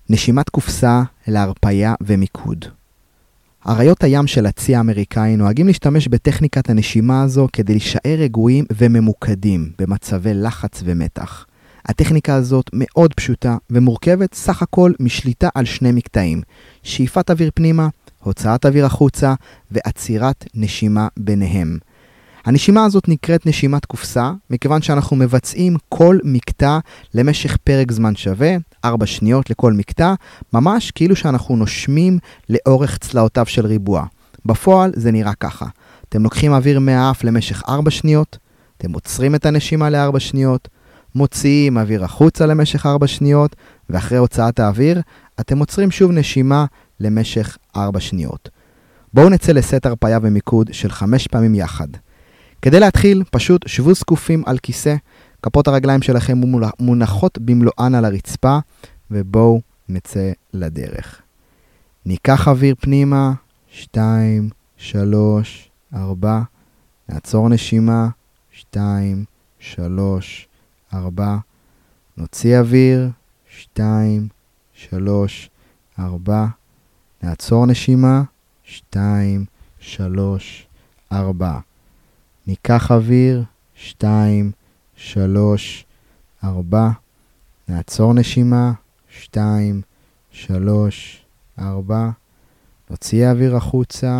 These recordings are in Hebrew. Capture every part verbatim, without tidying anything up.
נשימת קופסה להרפיה ומיקוד. אריות הים של הצי האמריקאי נוהגים להשתמש בטכניקת הנשימה הזו כדי להישאר רגועים וממוקדים במצבי לחץ ומתח. הטכניקה הזאת מאוד פשוטה ומורכבת סך הכל משליטה על שני מקטעים, שאיפת אוויר פנימה, הוצאת אוויר החוצה ועצירת נשימה ביניהם. הנשימה הזאת נקראת נשימת קופסה, מכיוון שאנחנו מבצעים כל מקטע למשך פרק זמן שווה, ארבע שניות לכל מקטע, ממש כאילו שאנחנו נושמים לאורך צלעותיו של ריבוע. בפועל זה נראה ככה. אתם לוקחים אוויר מהאף למשך ארבע שניות, אתם עוצרים את הנשימה לארבע שניות, מוציאים אוויר החוצה למשך ארבע שניות, ואחרי הוצאת האוויר, אתם עוצרים שוב נשימה למשך ארבע שניות. בואו נצא לסט הרפיה ומיקוד של חמש פעמים יחד. כדי להתחיל, פשוט שבו זקופים על כיסא, כפות הרגליים שלכם מונחות במלואן על הרצפה, ובואו נצא לדרך. ניקח אוויר פנימה, שתיים, שלוש, ארבע, נעצור נשימה, שתיים, שלוש, ארבע, נוציא אוויר, שתיים, שלוש, ארבע, נעצור נשימה, שתיים, שלוש, ארבע. ניקח אוויר, שתיים, שלוש, ארבע, נעצור נשימה, שתיים, שלוש, ארבע, נוציא אוויר החוצה,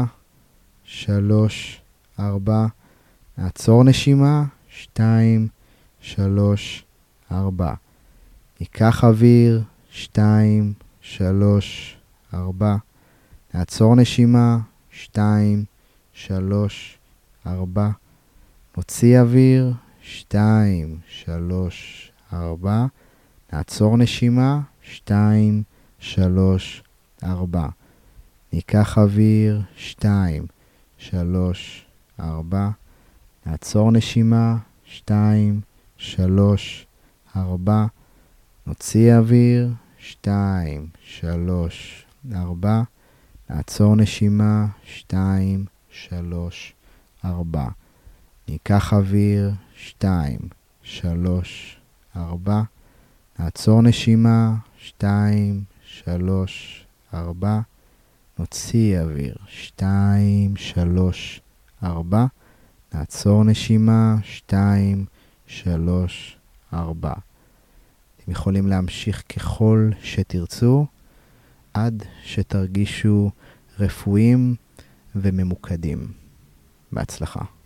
שלוש, ארבע, נעצור נשימה, שתיים, שלוש, ארבע. ניקח אוויר, שתיים, שלוש, ארבע, נעצור נשימה, שתיים, שלוש, ארבע, נוציא אוויר, שתיים, שלוש, ארבע, נעצור נשימה, שתיים, שלוש, ארבע. ניקח אוויר, שתיים, שלוש, ארבע, נעצור נשימה, שתיים, שלוש, ארבע, נוציא אוויר, שתיים, שלוש, ארבע, נעצור נשימה, שתיים, שלוש, ארבע. ניקח אוויר, שתיים, שלוש, ארבע, נעצור נשימה, שתיים, שלוש, ארבע, נוציא אוויר, שתיים, שלוש, ארבע, נעצור נשימה, שתיים, שלוש, ארבע. אתם יכולים להמשיך ככל שתרצו, עד שתרגישו רפואיים וממוקדים. בהצלחה.